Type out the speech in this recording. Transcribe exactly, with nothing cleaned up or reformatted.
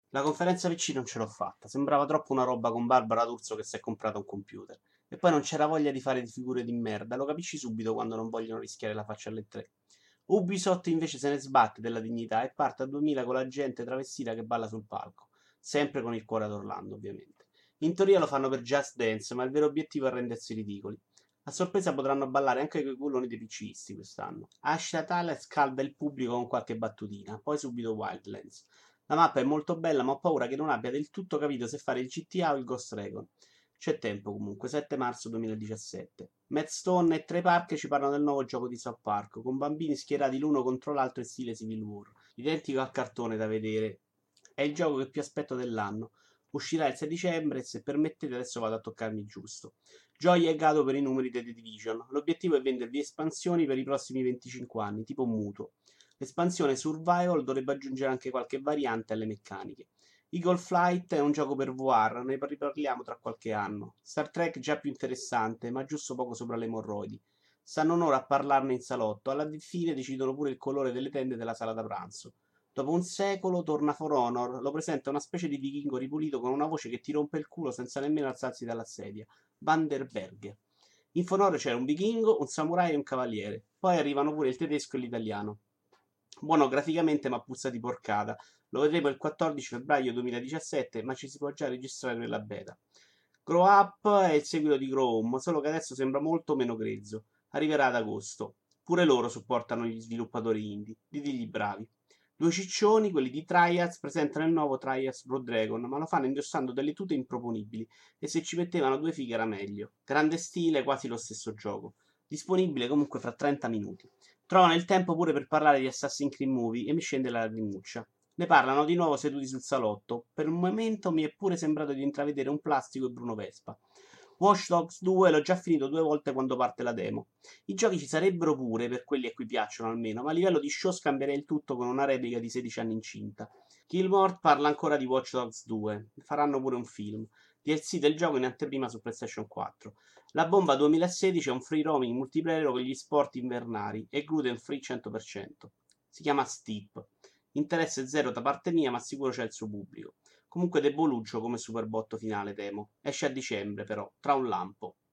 La conferenza P C non ce l'ho fatta, sembrava troppo una roba con Barbara D'Urso che si è comprata un computer. E poi non c'era voglia di fare di figure di merda, lo capisci subito quando non vogliono rischiare la faccia alle tre. Ubisoft invece se ne sbatte della dignità e parte a duemila con la gente travestita che balla sul palco, sempre con il cuore ad Orlando, ovviamente. In teoria lo fanno per Just Dance, ma il vero obiettivo è rendersi ridicoli. A sorpresa potranno ballare anche quei culloni dei P C isti quest'anno. Asha Tale scalda il pubblico con qualche battutina, poi subito Wildlands. La mappa è molto bella, ma ho paura che non abbia del tutto capito se fare il G T A o il Ghost Recon. C'è tempo comunque, sette marzo duemiladiciassette. Matt Stone e Trey Parker ci parlano del nuovo gioco di South Park, con bambini schierati l'uno contro l'altro in stile Civil War. Identico al cartone da vedere. È il gioco che più aspetto dell'anno. Uscirà il sei dicembre e se permettete adesso vado a toccarmi giusto. Joy è gato per i numeri di The Division. L'obiettivo è vendervi espansioni per i prossimi venticinque anni, tipo un mutuo. L'espansione Survival dovrebbe aggiungere anche qualche variante alle meccaniche. Eagle Flight è un gioco per V R, ne riparliamo tra qualche anno. Star Trek già più interessante, ma giusto poco sopra le emorroidi. Stanno un'ora a parlarne in salotto, alla fine decidono pure il colore delle tende della sala da pranzo. Dopo un secolo torna For Honor, lo presenta una specie di vichingo ripulito con una voce che ti rompe il culo senza nemmeno alzarsi dalla sedia. Vanderberg. In For Honor c'è un vichingo, un samurai e un cavaliere. Poi arrivano pure il tedesco e l'italiano. Buono graficamente ma puzza di porcata. Lo vedremo il quattordici febbraio duemiladiciassette, ma ci si può già registrare per la beta. Grow Up è il seguito di Grow Home, solo che adesso sembra molto meno grezzo. Arriverà ad agosto. Pure loro supportano gli sviluppatori indie. Ditegli bravi. Due ciccioni, quelli di Triads, presentano il nuovo Triads Blood Dragon, ma lo fanno indossando delle tute improponibili e se ci mettevano due fighe era meglio. Grande stile, quasi lo stesso gioco. Disponibile comunque fra trenta minuti. Trovano il tempo pure per parlare di Assassin's Creed Movie e mi scende la lacrimuccia. Ne parlano di nuovo seduti sul salotto. Per un momento mi è pure sembrato di intravedere un plastico e Bruno Vespa. Watch Dogs due l'ho già finito due volte quando parte la demo. I giochi ci sarebbero pure, per quelli a cui piacciono almeno, ma a livello di show scambierei il tutto con una replica di sedici anni incinta. Killmore parla ancora di Watch Dogs due. Faranno pure un film. D L C del gioco in anteprima su PlayStation quattro. La bomba duemilasedici è un free roaming multiplayer con gli sport invernali e gluten free cento per cento. Si chiama Steep. Interesse zero da parte mia, ma sicuro c'è il suo pubblico. Comunque deboluccio come superbotto finale, temo. Esce a dicembre, però, tra un lampo.